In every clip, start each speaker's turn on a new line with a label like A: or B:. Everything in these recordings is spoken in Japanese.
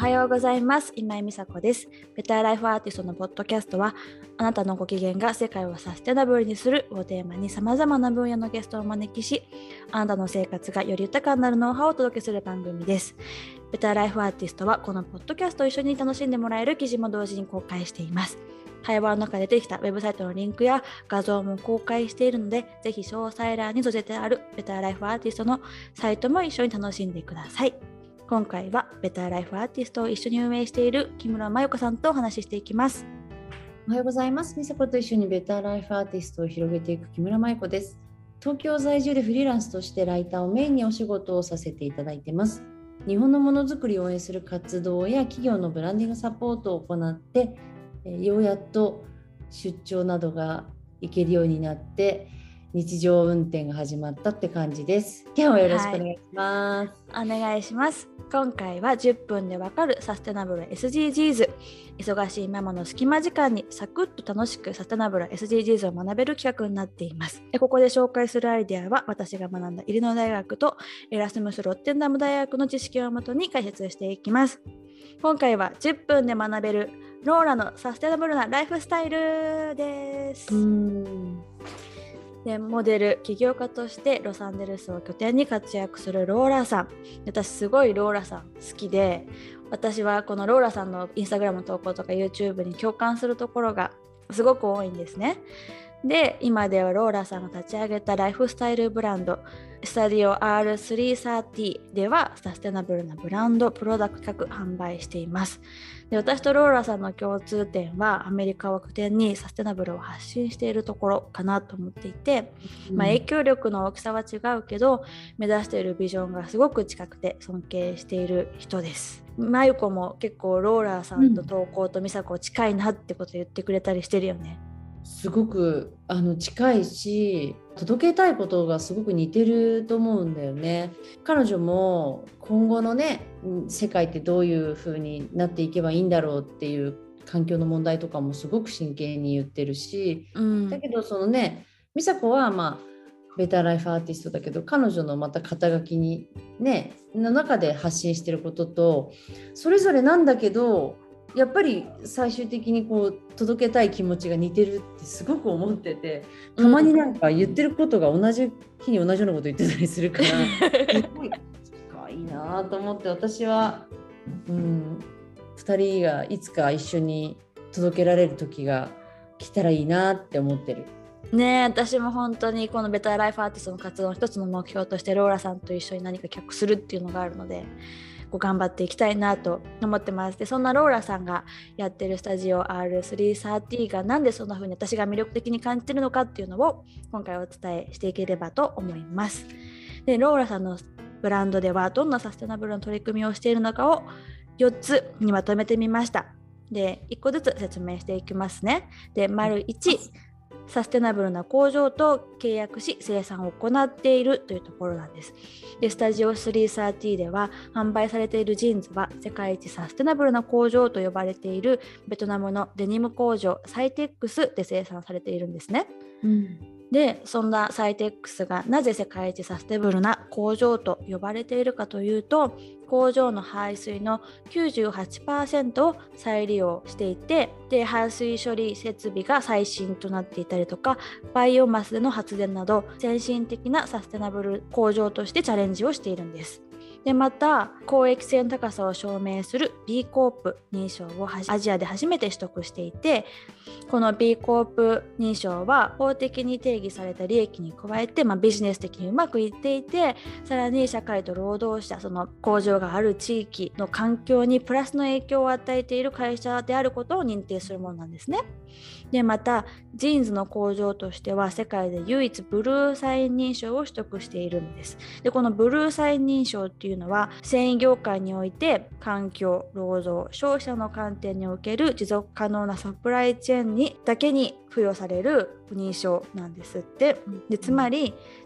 A: はようございます。今井美佐子です。ベターライフアーティストのポッドキャストは、あなたのご機嫌が世界をサステナブルにするをテーマに様々な分野のゲストをお招きし、あなたの生活がより豊かになるノウハウをお届けする番組です。ベターライフアーティストはこのポッドキャストを一緒に楽しんでもらえる記事も同時に公開しています。会話の中で出てきたウェブサイトのリンクや画像も公開しているので、ぜひ詳細欄に載せてあるベターライフアーティストのサイトも一緒に楽しんでください。今回はベターライフアーティストを一緒に運営している木村真由子さんとお話ししていきます。
B: おはようございます。美佐子と一緒にベターライフアーティストを広げていく木村真由子です。東京在住でフリーランスとしてライターをメインにお仕事をさせていただいています。日本のものづくりを応援する活動や企業のブランディングサポートを行って、ようやっと出張などが行けるようになって日常運転が始まったって感じです。今日はよろしくお願いします。
A: お願いします。今回は10分でわかるサステナブル SDGs。忙しいママの隙間時間にサクッと楽しくサステナブル SDGs を学べる企画になっています。ここで紹介するアイデアは私が学んだイリノイ大学とエラスムス・ロッテンダム大学の知識をもとに解説していきます。今回は10分で学べるローラのサステナブルなライフスタイルです。でモデル起業家としてロサンゼルスを拠点に活躍するローラさん。私すごいローラさん好きで、私はこのローラさんのインスタグラム投稿とか YouTube に共感するところがすごく多いんですね。で今ではローラさんが立ち上げたライフスタイルブランドスタディオ R330 ではサステナブルなブランドプロダクト各販売しています。で私とローラさんの共通点はアメリカを拠点にサステナブルを発信しているところかなと思っていて、影響力の大きさは違うけど目指しているビジョンがすごく近くて尊敬している人です。まゆこも結構ローラさんと投稿と美佐子近いなってこと言ってくれたりしてるよね。
B: すごく近いし、届けたいことがすごく似てると思うんだよね。彼女も今後のね、世界ってどういう風になっていけばいいんだろうっていう環境の問題とかもすごく真剣に言ってるし、だけどそのね、美佐子はベターライフアーティストだけど、彼女のまた肩書きにねの中で発信してることとそれぞれなんだけど、やっぱり最終的に届けたい気持ちが似てるってすごく思ってて、たまになんか言ってることが同じ日に同じようなこと言ってたりするからすごい近いなと思って、私は、2人がいつか一緒に届けられる時が来たらいいなって思ってる
A: ね。私も本当にこのベターライフアーティストの活動の一つの目標としてローラさんと一緒に何か企画するっていうのがあるので頑張っていきたいなと思ってます。でそんなローラさんがやってるスタジオ R330 がなんでそんな風に私が魅力的に感じてるのかっていうのを今回お伝えしていければと思います。でローラさんのブランドではどんなサステナブルな取り組みをしているのかを4つにまとめてみました。で1個ずつ説明していきますね。で丸1、サステナブルな工場と契約し生産を行っているというところなんです。でスタジオ330では販売されているジーンズは世界一サステナブルな工場と呼ばれているベトナムのデニム工場サイテックスで生産されているんですね。でそんなサイテックスがなぜ世界一サステナブルな工場と呼ばれているかというと、工場の排水の 98% を再利用していて、で排水処理設備が最新となっていたりとかバイオマスでの発電など先進的なサステナブル工場としてチャレンジをしているんです。でまた公益性の高さを証明する B コープ認証をアジアで初めて取得していて、この B コープ認証は法的に定義された利益に加えて、ビジネス的にうまくいっていて、さらに社会と労働者、その工場がある地域の環境にプラスの影響を与えている会社であることを認定するものなんですね。でまたジーンズの工場としては世界で唯一ブルーサイン認証を取得しているんです。でこのブルーサイン認証っていうのは繊維業界において環境、労働、消費者の観点における持続可能なサプライチェーンにだけに付与される認証なんですって。でつまり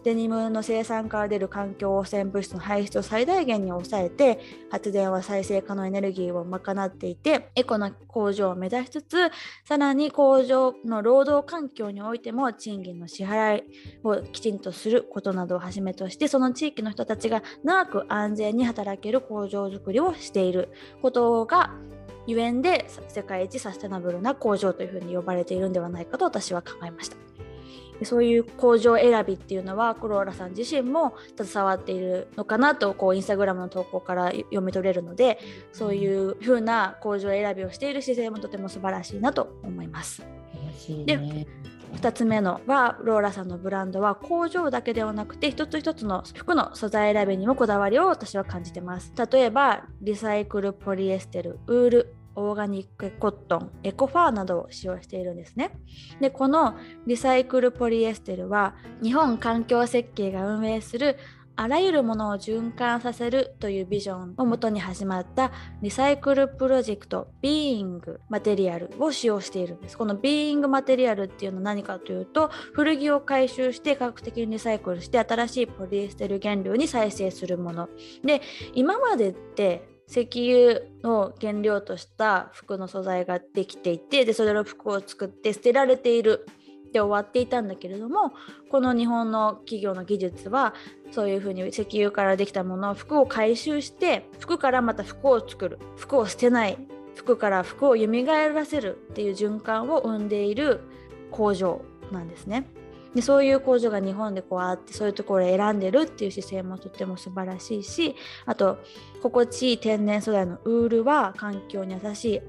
A: デニムの生産から出る環境汚染物質の排出を最大限に抑えて、発電は再生可能エネルギーを賄っていて、エコな工場を目指しつつ、さらに工場の労働環境においても賃金の支払いをきちんとすることなどをはじめとして、その地域の人たちが長く安全に働ける工場づくりをしていることがゆえんで、世界一サステナブルな工場というふうに呼ばれているんではないかと私は考えました。そういう工場選びっていうのはクローラさん自身も携わっているのかなとインスタグラムの投稿から読み取れるので、そういう風な工場選びをしている姿勢もとても素晴らしいなと思います。で、2つ目のはローラさんのブランドは工場だけではなくて一つ一つの服の素材選びにもこだわりを私は感じてます。例えばリサイクルポリエステル、ウール、オーガニックコットン、エコファーなどを使用しているんですね。で、このリサイクルポリエステルは日本環境設計が運営するあらゆるものを循環させるというビジョンをもとに始まったリサイクルプロジェクトビーイングマテリアルを使用しているんです。このビーイングマテリアルっていうのは何かというと、古着を回収して科学的にリサイクルして新しいポリエステル原料に再生するもので、今までって石油の原料とした服の素材ができていて、でそれの服を作って捨てられているで終わっていたんだけれども、この日本の企業の技術はそういうふうに石油からできたものを服を回収して、服からまた服を作る、服を捨てない、服から服を蘇らせるっていう循環を生んでいる工場なんですね。でそういう工場が日本であって、そういうところを選んでるっていう姿勢もとても素晴らしいし、あと心地いい天然素材のウールは環境に優しい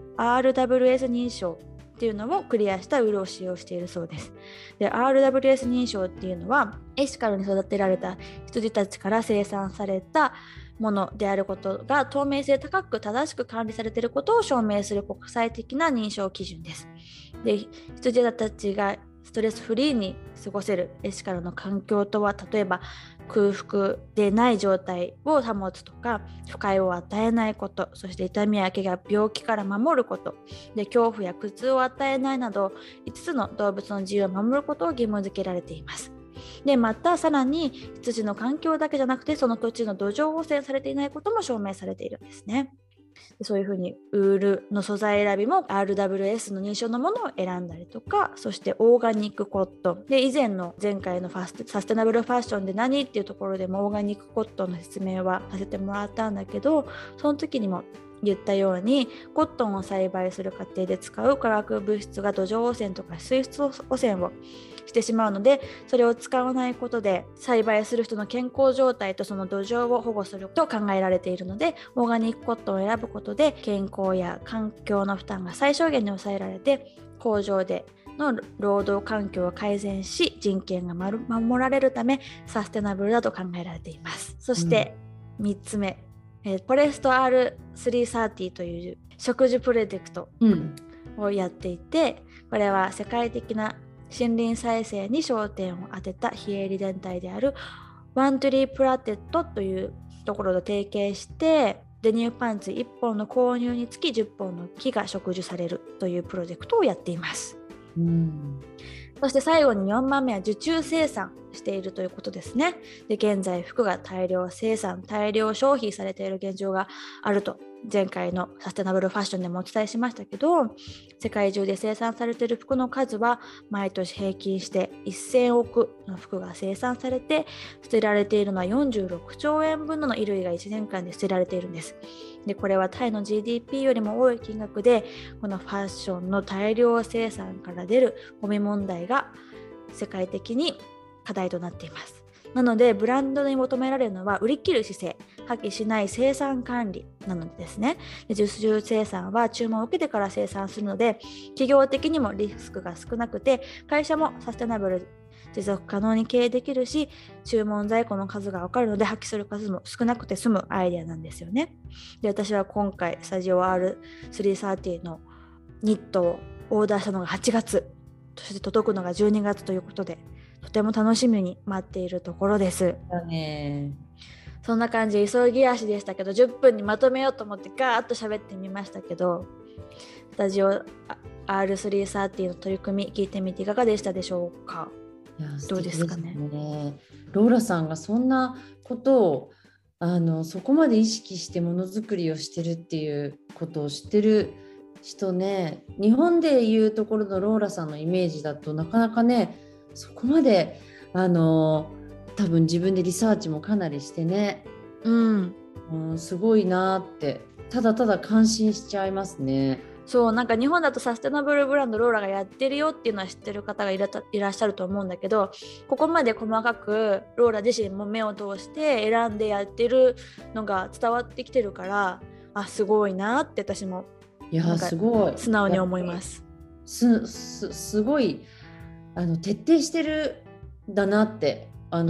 A: RWS 認証っていうのをクリアしたウールを使用しているそうです。で RWS 認証っていうのはエシカルに育てられた羊たちから生産されたものであることが透明性高く正しく管理されていることを証明する国際的な認証基準です。で羊たちがストレスフリーに過ごせるエシカルの環境とは、例えば空腹でない状態を保つとか、不快を与えないこと、そして痛みや怪我、病気から守ること、で恐怖や苦痛を与えないなど5つの動物の自由を守ることを義務付けられています。でまたさらに羊の環境だけじゃなくて、その土地の土壌汚染されていないことも証明されているんですね。そういうふうにウールの素材選びも RWS の認証のものを選んだりとか、そしてオーガニックコットンで、以前の前回のサステナブルファッションで何っていうところでもオーガニックコットンの説明はさせてもらったんだけど、その時にも言ったようにコットンを栽培する過程で使う化学物質が土壌汚染とか水質汚染をしてしまうので、それを使わないことで栽培する人の健康状態とその土壌を保護すると考えられているので、オーガニックコットンを選ぶことで健康や環境の負担が最小限に抑えられて、工場での労働環境を改善し、人権が守られるためサステナブルだと考えられています。そして3つ目、フォレスト R330 という植樹プロジェクトをやっていて、これは世界的な森林再生に焦点を当てた非営利団体であるワントゥリープラテッドというところと提携して、デニムパンツ1本の購入につき10本の木が植樹されるというプロジェクトをやっています。そして最後に4番目は受注生産しているということですね。で現在服が大量生産大量消費されている現状があると前回のサステナブルファッションでもお伝えしましたけど、世界中で生産されている服の数は毎年平均して1000億の服が生産されて、捨てられているのは46兆円分の衣類が1年間で捨てられているんです。でこれはタイの GDP よりも多い金額で、このファッションの大量生産から出るゴミ問題が世界的に課題となっています。なのでブランドに求められるのは売り切る姿勢、破棄しない生産管理なのですね。で受注生産は注文を受けてから生産するので、企業的にもリスクが少なくて、会社もサステナブル持続可能に経営できるし、注文在庫の数が分かるので破棄する数も少なくて済むアイデアなんですよね。で私は今回スタジオ R330 のニットをオーダーしたのが8月、そして届くのが12月ということで、とても楽しみに待っているところです。そんな感じ、急ぎ足でしたけど10分にまとめようと思ってガーッと喋ってみましたけど、スタジオ R330 の取り組み聞いてみていかがでしたでしょうか。
B: いや素
A: どう
B: 敵です
A: ですかね。
B: ね。ローラさんがそんなことをそこまで意識してものづくりをしてるっていうことを知ってる人ね、日本でいうところのローラさんのイメージだとなかなかね、そこまで多分自分でリサーチもかなりしてね、
A: うん、
B: すごいなってただただ感心しちゃいますね。
A: そうなんか日本だとサステナブルブランドローラがやってるよっていうのは知ってる方がいらっしゃると思うんだけど、ここまで細かくローラ自身も目を通して選んでやってるのが伝わってきてるから、あすごいなって私も
B: いや
A: なんか
B: すごい。
A: 素直に
B: やっぱり
A: 思います。
B: すごい徹底してるんだなって
A: うん、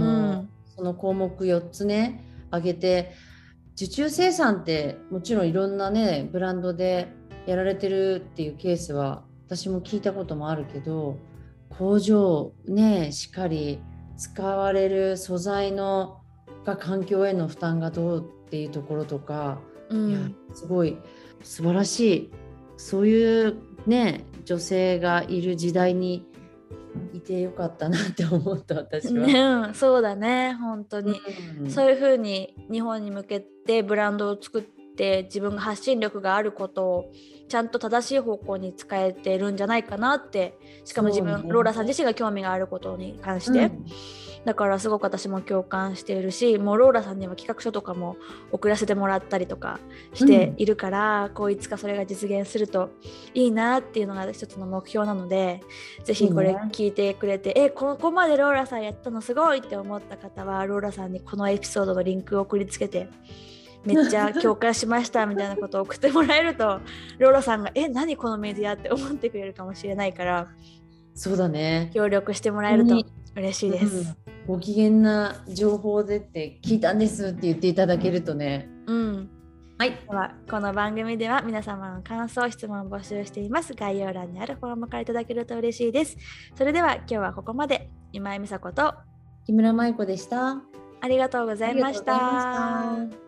B: その項目4つね挙げて、受注生産ってもちろんいろんなねブランドでやられてるっていうケースは私も聞いたこともあるけど、工場ねしっかり使われる素材の環境への負担がどうっていうところとか、いや
A: うん、
B: すごい素晴らしい。そういうね女性がいる時代にいてよかったなって思った私は。
A: ね、そうだね本当に、
B: うん
A: そういう風に日本に向けてブランドを作って自分が発信力があることをちゃんと正しい方向に使えてるんじゃないかなって、しかも自分、
B: そうね。
A: ローラさん自身が興味があることに関して、
B: うん
A: だからすごく私も共感しているし、もうローラさんには企画書とかも送らせてもらったりとかしているから、こういつかそれが実現するといいなっていうのが一つの目標なので、ぜひこれ聞いてくれて、ここまでローラさんやったのすごいって思った方はローラさんにこのエピソードのリンクを送りつけて、めっちゃ共感しましたみたいなことを送ってもらえるとローラさんが何このメディアって思ってくれるかもしれないから、
B: そうだね。
A: 協力してもらえると嬉しいです。
B: ご機嫌な情報でって聞いたんですって言っていただけるとね。
A: うん。
B: はい。
A: ではこの番組では皆様の感想、質問を募集しています。概要欄にあるフォームからいただけると嬉しいです。それでは今日はここまで。今井美佐子と
B: 木村舞子でした。
A: ありがとうございまし
B: ありがとうございま
A: た。
B: した。